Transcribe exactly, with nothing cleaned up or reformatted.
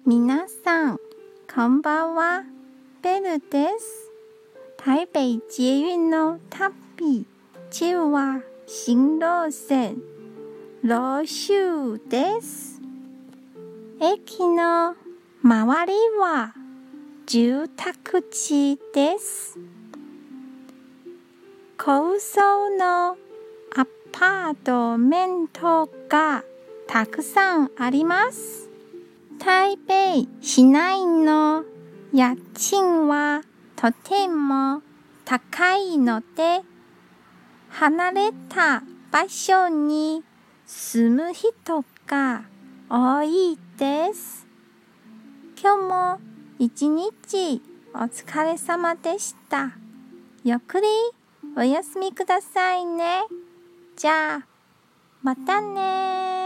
皆さん、こんばんは。ベルです。台北捷運の旅、中は新路線、ロシュです。駅の周りは住宅地です。高層のアパートメントがたくさんあります。台北市内の家賃はとても高いので、離れた場所に住む人が多いです。今日も一日お疲れ様でした。ゆっくりお休みくださいね。じゃあ、またね。